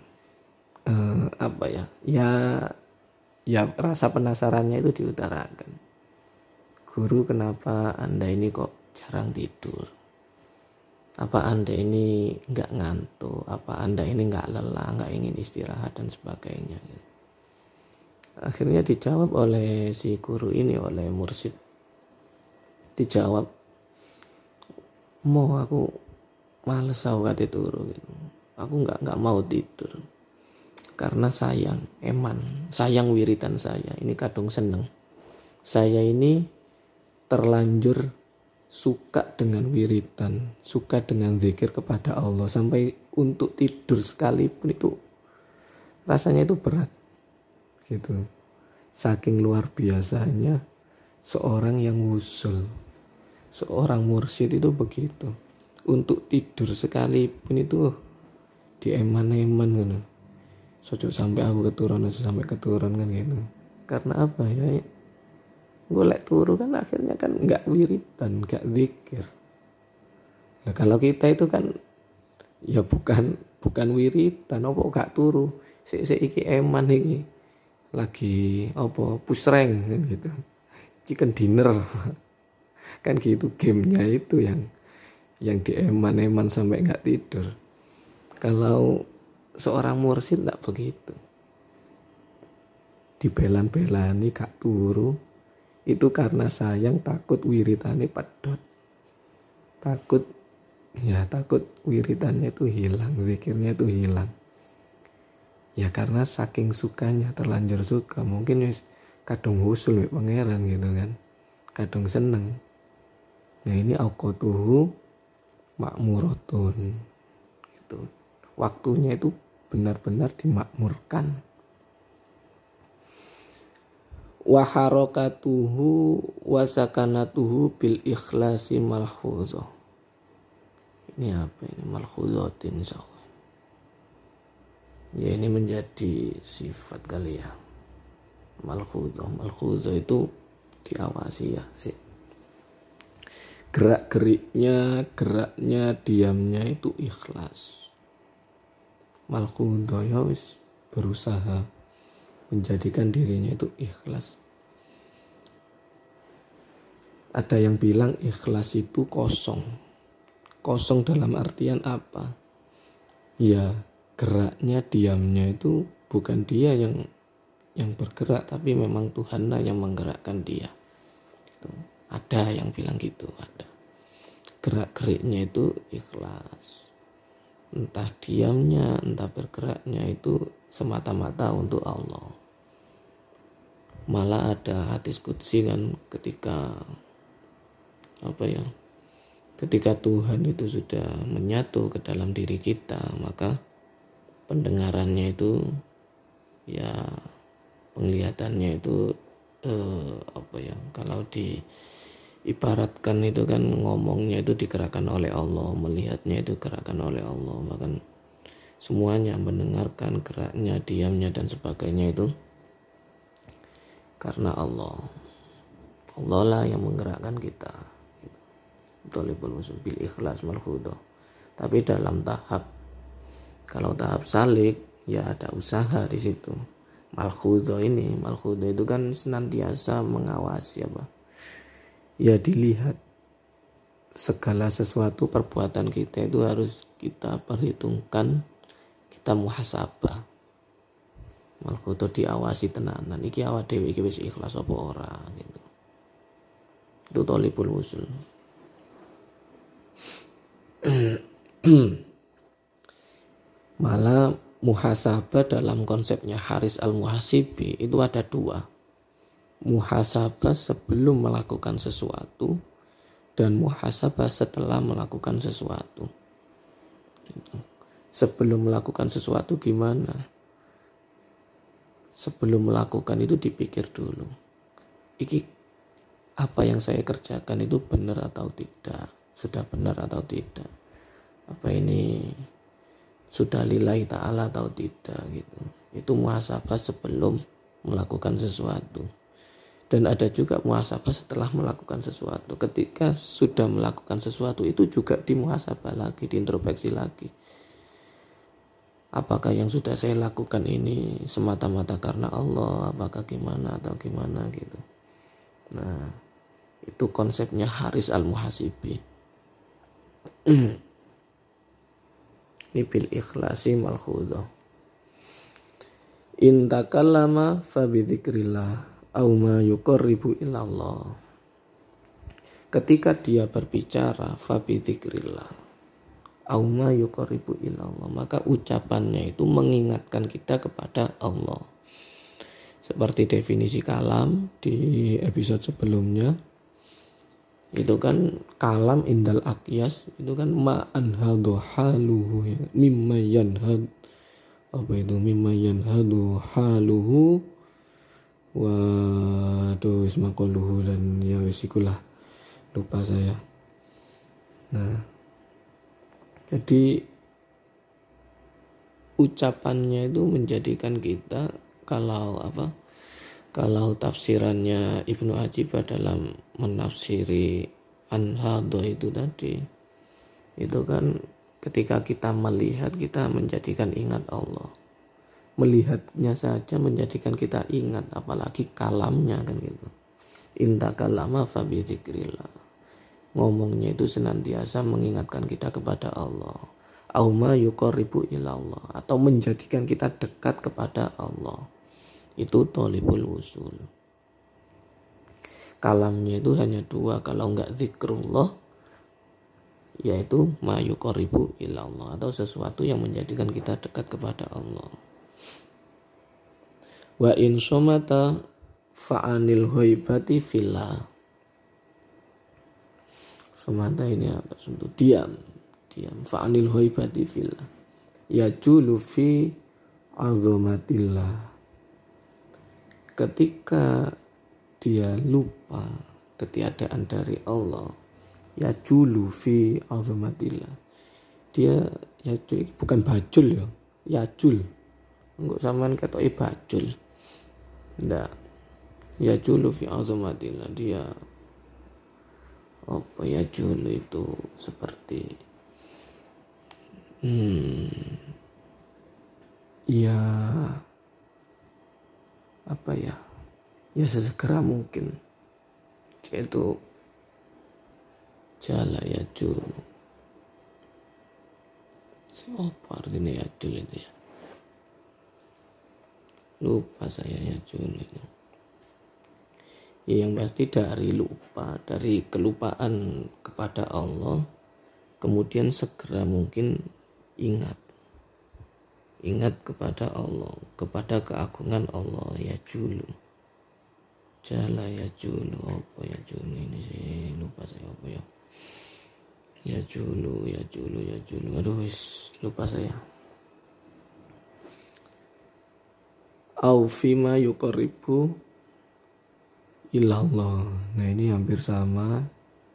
Ya rasa penasarannya itu diutarakan. Guru, kenapa Anda ini kok jarang tidur? Apa Anda ini nggak ngantuk? Apa Anda ini nggak lelah, nggak ingin istirahat dan sebagainya? Akhirnya dijawab oleh si guru ini, oleh mursyid. Dijawab, mau aku males aku kate turu gitu. Aku nggak mau tidur. Karena sayang wiritan saya. Ini kadung seneng. Saya ini terlanjur suka dengan wiritan, suka dengan zikir kepada Allah, sampai untuk tidur sekalipun itu rasanya itu berat gitu. Saking luar biasanya seorang yang wusul, seorang mursyid itu begitu. Untuk tidur sekalipun itu dieman-eman gitu. Sojok sampai aku keturun kan gitu. Karena apa ya? Golek turu kan akhirnya kan nggak wiritan, nggak zikir. Nah kalau kita itu kan ya bukan wiritan, apa gak turu. Iki eman iki lagi apa pusreng kan gitu. Chicken dinner kan gitu, gamenya itu yang dieman-eman sampai nggak tidur. Kalau seorang mursyid nggak begitu, dibelan-belani gak turu. Itu karena sayang, takut wiritane pedot. Takut wiritannya itu hilang, zikirnya itu hilang. Ya karena saking sukanya, terlanjur suka. Mungkin wis kadung husul mek pangeran gitu kan. Kadung seneng. Nah ini auqatuhu makmuratun. Gitu. Waktunya itu benar-benar dimakmurkan. Wa harakatuhu wa sakanatuhu bil ikhlasi malhuzah. Ini apa ini? Malhuzatin sawah. Ya ini menjadi sifat kali ya. Malhuzah itu diawasi ya sih. Geraknya, diamnya itu ikhlas. Malhuzah ya wis berusaha menjadikan dirinya itu ikhlas. Ada yang bilang ikhlas itu kosong. Kosong dalam artian apa? Ya geraknya, diamnya itu bukan dia yang bergerak, tapi memang Tuhanlah yang menggerakkan dia. Itu. Ada yang bilang gitu, ada. Gerak-geriknya itu ikhlas. Entah diamnya, entah bergeraknya itu semata-mata untuk Allah. Malah ada hadis qudsi kan ketika Tuhan itu sudah menyatu ke dalam diri kita, maka pendengarannya itu ya penglihatannya itu kalau diibaratkan itu kan ngomongnya itu digerakkan oleh Allah, melihatnya itu digerakkan oleh Allah, bahkan semuanya mendengarkan geraknya, diamnya dan sebagainya itu karena Allah lah yang menggerakkan kita. Thalibul usul bil ikhlas malhudah. Tapi dalam kalau tahap salik ya ada usaha di situ. Malhudah itu kan senantiasa mengawasi apa? Ya dilihat segala sesuatu perbuatan kita itu harus kita perhitungkan, kita muhasabah. Malhudah diawasi tenanan. Iki awak dhewe iki wis ikhlas apa ora gitu. Itu thalibul usul. Malah muhasabah dalam konsepnya Haris al-Muhasibi itu ada dua. Muhasabah sebelum melakukan sesuatu dan muhasabah setelah melakukan sesuatu. Sebelum melakukan sesuatu gimana? Sebelum melakukan itu dipikir dulu. Iki apa yang saya kerjakan itu benar atau tidak? Sudah benar atau tidak? Apa ini sudah lillahi ta'ala atau tidak gitu. Itu muhasabah sebelum melakukan sesuatu. Dan ada juga muhasabah setelah melakukan sesuatu. Ketika sudah melakukan sesuatu itu juga dimuhasabah lagi, diintrospeksi lagi. apakah yang sudah saya lakukan ini semata-mata karena Allah, apakah gimana atau gimana gitu. Nah, itu konsepnya Haris Al-Muhasibi. Ini bil ikhlasi malkhudhah. In takallama fa bi dzikrillah aw ma yuqarribu ilallah. Ketika dia berbicara fa bi dzikrillah aw ma yuqarribu ilallah, maka ucapannya itu mengingatkan kita kepada Allah. Seperti definisi kalam di episode sebelumnya, itu kan kalam indal aqyas itu kan ma'an hadu haluhu ya, mimma yanhad apa itu mimma yanhadu haluhu wa ismaqaluhu dan ya wisikulah, lupa saya. Nah, jadi ucapannya itu menjadikan kita, kalau tafsirannya Ibnu Ajibah dalam menafsiri anhado itu tadi, itu kan ketika kita melihat, kita menjadikan ingat Allah. Melihatnya saja menjadikan kita ingat, apalagi kalamnya kan gitu. Inta kalama fa bi dzikrillah. Ngomongnya itu senantiasa mengingatkan kita kepada Allah. Auma yuqarribu ilallah, atau menjadikan kita dekat kepada Allah. Itu thalibul usul. Kalamnya itu hanya dua, kalau enggak zikrullah, yaitu ma yuqarribu ilallah, atau sesuatu yang menjadikan kita dekat kepada Allah. Wa in somata fa'anil ghaibati fillah. Somata ini apa? Untuk diam fa'anil ghaibati fillah. Yajulu fi azamatillah. Ketika dia lupa ketiadaan dari Allah, yajulu fi azamatillah. Dia yajul, bukan bajul ya, yajul. Enggak samaan ketoke bajul. Ndak. Yajulu fi azamatillah, dia apa yajulu itu seperti ya apa ya sesegera mungkin, yaitu jala yajulu. Apa artinya yajul itu ya? Lupa saya yajul itu. Ya, yang pasti dari lupa, dari kelupaan kepada Allah, kemudian segera mungkin ingat kepada Allah, kepada keagungan Allah. Yajulu, jala yajulu, apa yajulu ini sih, lupa saya apa ya. Yajulu, aduh lupa saya. Au fima yuqarribu ilallah. Nah, ini hampir sama.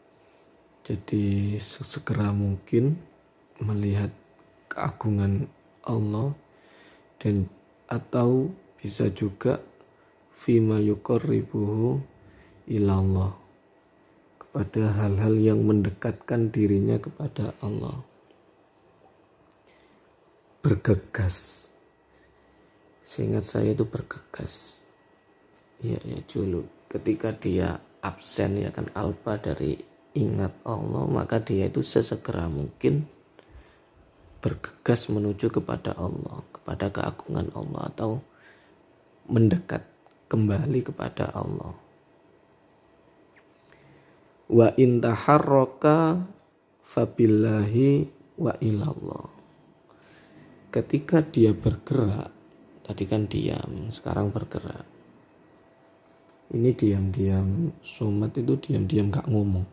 Jadi sesegera mungkin melihat keagungan Allah, dan atau bisa juga fima yuqarribuhu ilallah, kepada hal-hal yang mendekatkan dirinya kepada Allah. Bergegas. Seingat saya itu bergegas. Ya dulu ketika dia absen ya kan, alpa dari ingat Allah, maka dia itu sesegera mungkin bergegas menuju kepada Allah, kepada keagungan Allah, atau mendekat kembali kepada Allah. Wa in taharraka fabillahi wa ilallah. Ketika dia bergerak, tadi kan diam, sekarang bergerak. Ini diam-diam, somat itu diam-diam gak ngomong.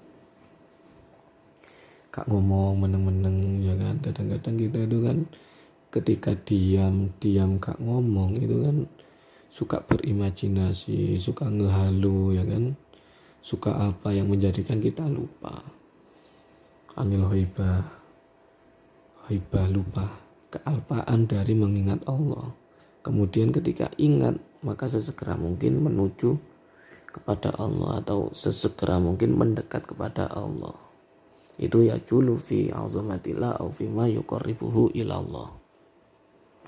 Gak ngomong, meneng-meneng ya kan. Kadang-kadang kita itu kan ketika diam gak ngomong itu kan suka berimajinasi, suka ngehalu ya kan. Suka apa yang menjadikan kita lupa. Anil haibah lupa, kealpaan dari mengingat Allah. Kemudian ketika ingat, maka sesegera mungkin menuju kepada Allah, atau sesegera mungkin mendekat kepada Allah. Itu ya julu fi azamatillah au fi ma yuqarribuhu ilallah.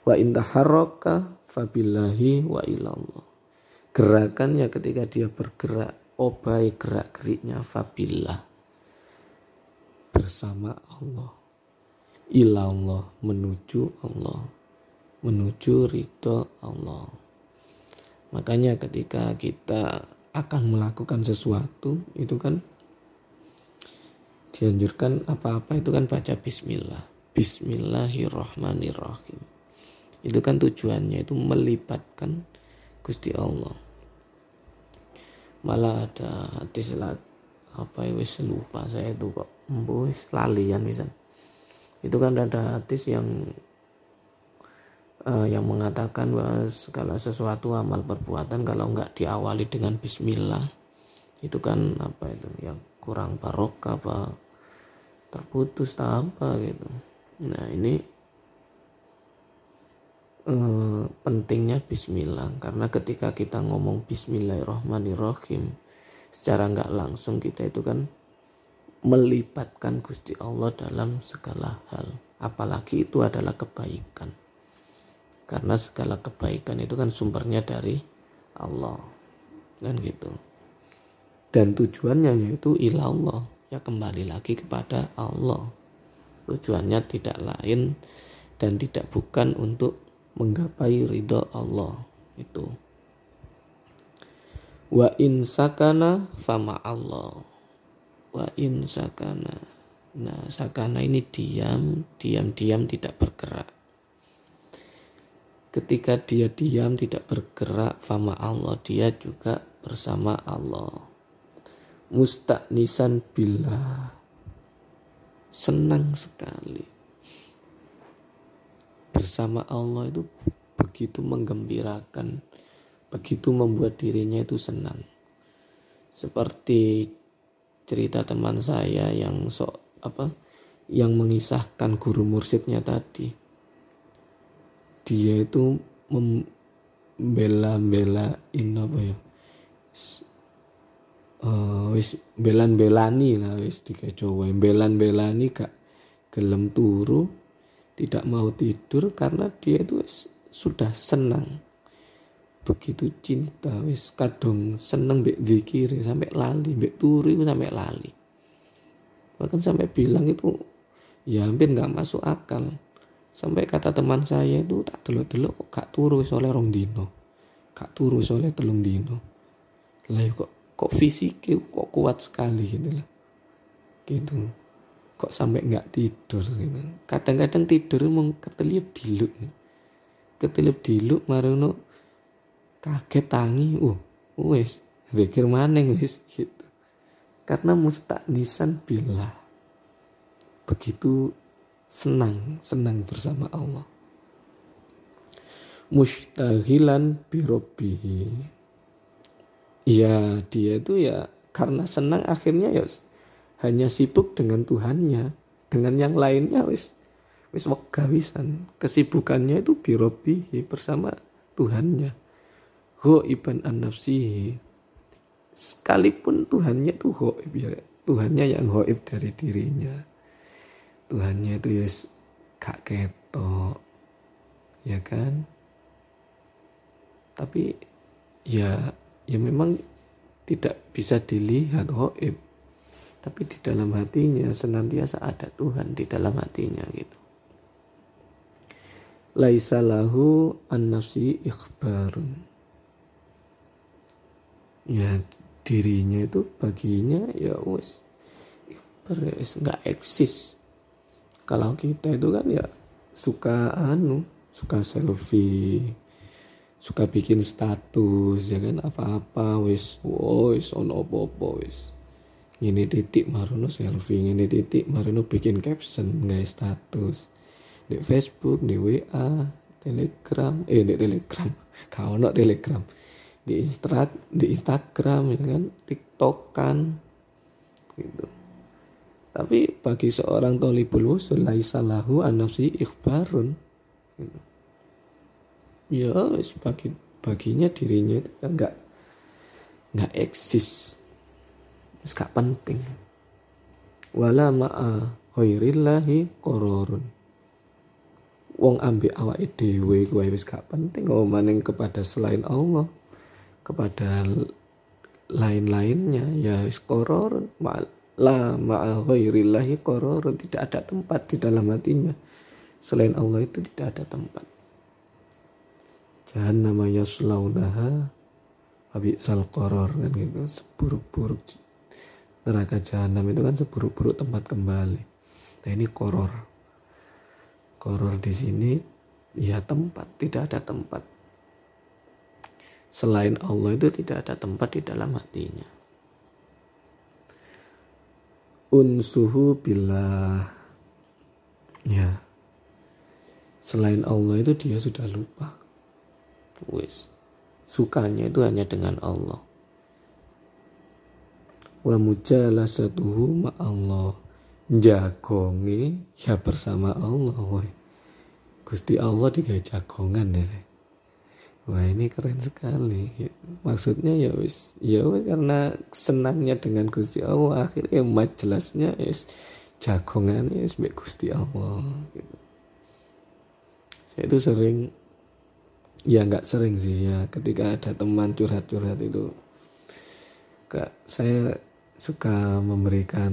Wa in taharraka fabillahi wa ilallah. Gerakannya ketika dia bergerak, baik gerak-geriknya fabillah, bersama Allah, ilallah, menuju Allah, menuju ridho Allah. Makanya ketika kita akan melakukan sesuatu itu kan dianjurkan apa-apa itu kan baca bismillah. Bismillahirrahmanirrahim. Itu kan tujuannya itu melibatkan Gusti Allah. Malah ada hadis wis lupa saya itu kok wis lalian misal. Itu kan ada hadis yang mengatakan bahwa segala sesuatu amal perbuatan kalau enggak diawali dengan bismillah itu kan yang kurang barokah terputus apa gitu. Nah ini pentingnya bismillah, karena ketika kita ngomong bismillahirrahmanirrahim secara enggak langsung kita itu kan melibatkan Gusti Allah dalam segala hal, apalagi itu adalah kebaikan, karena segala kebaikan itu kan sumbernya dari Allah kan gitu. Dan tujuannya yaitu ilallah, ya kembali lagi kepada Allah. Tujuannya tidak lain dan tidak bukan untuk menggapai ridha Allah itu. Wa in sakana fama Allah. Wa in sakana. Nah, sakana ini diam tidak bergerak. Ketika dia diam tidak bergerak fama Allah, dia juga bersama Allah. Musta'nisan billah, senang sekali bersama Allah itu, begitu menggembirakan, begitu membuat dirinya itu senang. Seperti cerita teman saya yang yang mengisahkan guru mursyidnya tadi. Dia itu membela-belain belan-belani lah wis dikecowe, belan-belani gak gelem turu, tidak mau tidur karena dia itu sudah senang, begitu cinta, wis kadung seneng mbek zikir sampai lali, mbek turu sampai lali. Bahkan sampai bilang itu ya hampir nggak masuk akal. Sampai kata teman saya itu tak delok-delok gak turu wis oleh 2 dino, gak turu wis oleh 3 dino. Lah kok fisiknya kok kuat sekali gitu lah. Gitu. Kok sampai nggak tidur gitu. Kadang-kadang tidur mau ketelip diluk marono kaget tangi wis pikir maneng wis gitu. Karena musta'nisan billah, begitu senang bersama Allah. Mushtaghilan bi rabbihi, ya dia itu ya karena senang akhirnya ya hanya sibuk dengan Tuhannya, dengan yang lainnya wis wegawisan. Kesibukannya itu birobihi, bersama Tuhannya. Ghaiban an nafsihi, sekalipun Tuhannya itu ghaib ya, Tuhannya yang ghaib dari dirinya. Tuhannya itu ya gak ketok, ya kan? Tapi ya memang tidak bisa dilihat ghaib. Tapi di dalam hatinya senantiasa ada Tuhan di dalam hatinya gitu. Laisa lahu an nafsi ikhbarun. Ya dirinya itu baginya ya wis ikhbar ya enggak eksis. Kalau kita itu kan ya suka selfie, suka bikin status ya kan, apa-apa wis ono apa-apa wis. Ini titik marono selfie, ini titik marono bikin caption, nggak status di Facebook, di WA, Telegram, kalau no Telegram, di Instagram, ya kan, TikTok kan, gitu. Tapi bagi seorang thalibul wusul laisa lahu an nafsi ikhbarun, gitu. Ya, baginya dirinya itu ya nggak eksis. Gak penting. Wala ma'a ghairillahi qararun. wong ambek awake dhewe kuwi wis gak penting maning kepada selain Allah, kepada lain-lainnya ya wis koror la ma'a ghairillahi koror, tidak ada tempat di dalam hatinya selain Allah itu tidak ada tempat. Jahannam yaslaunaha wabisal koror kan gitu, seburuk-buruk neraka jahanam itu kan seburuk-buruk tempat kembali. Nah ini koror di sini ya tempat, tidak ada tempat selain Allah itu, tidak ada tempat di dalam hatinya. Unsuhu billah, ya selain Allah itu dia sudah lupa, wis sukanya itu hanya dengan Allah. Wa mujalasatuhu ma'allah, jagongi ya bersama Allah. Woy. Gusti Allah digawe jagongan ya. Wah ini keren sekali. Maksudnya ya wis karena senangnya dengan Gusti Allah, akhirnya majelasnya wis jagongan wis mbek Gusti Allah gitu. Saya itu sering, ya nggak sering sih ya, ketika ada teman curhat-curhat itu saya suka memberikan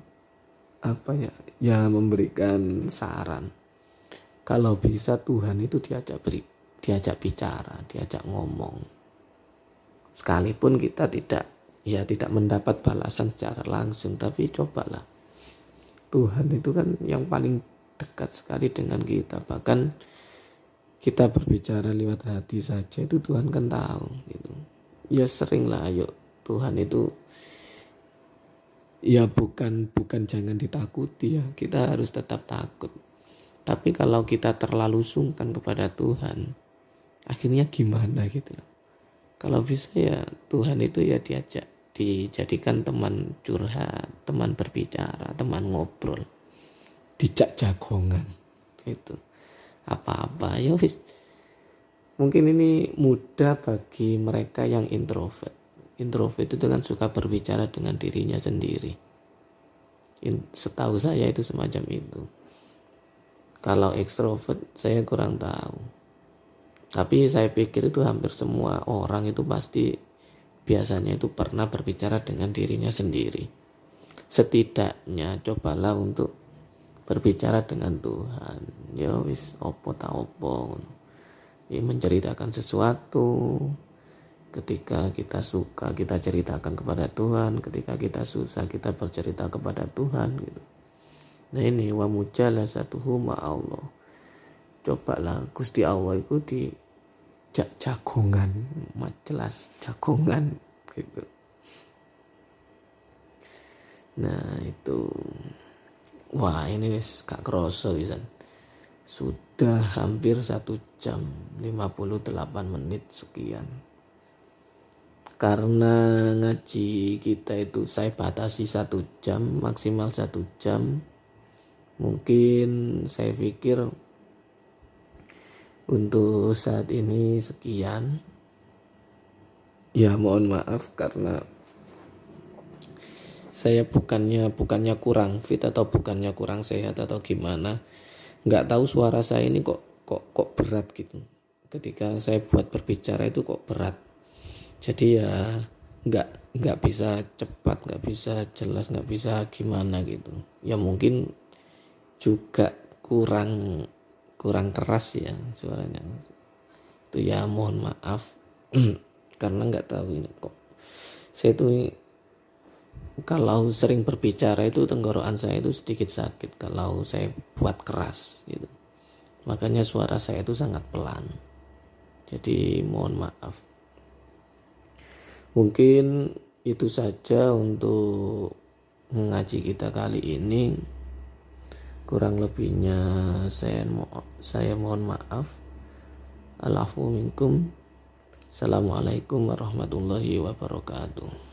memberikan saran. Kalau bisa Tuhan itu diajak bicara, diajak ngomong. Sekalipun kita tidak mendapat balasan secara langsung, tapi cobalah. Tuhan itu kan yang paling dekat sekali dengan kita. Bahkan kita berbicara lewat hati saja itu Tuhan kan tahu gitu. Ya seringlah ayo Tuhan itu ya bukan jangan ditakuti ya, kita harus tetap takut. Tapi kalau kita terlalu sungkan kepada Tuhan, akhirnya gimana gitu. Kalau bisa ya Tuhan itu ya dijadikan teman curhat, teman berbicara, teman ngobrol, dijak jagongan gitu. Apa-apa ya wis. Mungkin ini mudah bagi mereka yang introvert. Introvert itu kan suka berbicara dengan dirinya sendiri. Setahu saya itu semacam itu. Kalau ekstrovert saya kurang tahu. Tapi saya pikir itu hampir semua orang itu pasti biasanya itu pernah berbicara dengan dirinya sendiri. Setidaknya cobalah untuk berbicara dengan Tuhan. Ya wis opo ta opo. Ya menceritakan sesuatu. Ketika kita suka kita ceritakan kepada Tuhan, ketika kita susah kita bercerita kepada Tuhan gitu. Nah ini wa mujalasatuhu ma'allah. Cobalah Gusti Allah itu di jagongan, majelas jagongan gitu. Nah itu, wah ini wis gak kroso pisan. Sudah hampir 1 jam 58 menit sekian. Karena ngaji kita itu saya batasi 1 jam, maksimal 1 jam. Mungkin saya pikir untuk saat ini sekian. Ya mohon maaf karena saya bukannya kurang fit atau bukannya kurang sehat atau gimana. Nggak tahu suara saya ini kok berat gitu. Ketika saya buat berbicara itu kok berat. Jadi ya nggak bisa cepat, nggak bisa jelas, nggak bisa gimana gitu. Ya mungkin juga kurang keras ya suaranya. Itu ya mohon maaf karena nggak tahu ini kok. Saya itu kalau sering berbicara itu tenggorokan saya itu sedikit sakit kalau saya buat keras gitu. Makanya suara saya itu sangat pelan. Jadi mohon maaf. Mungkin itu saja untuk ngaji kita kali ini. Kurang lebihnya saya mohon maaf. Al-afwu minkum. Assalamualaikum warahmatullahi wabarakatuh.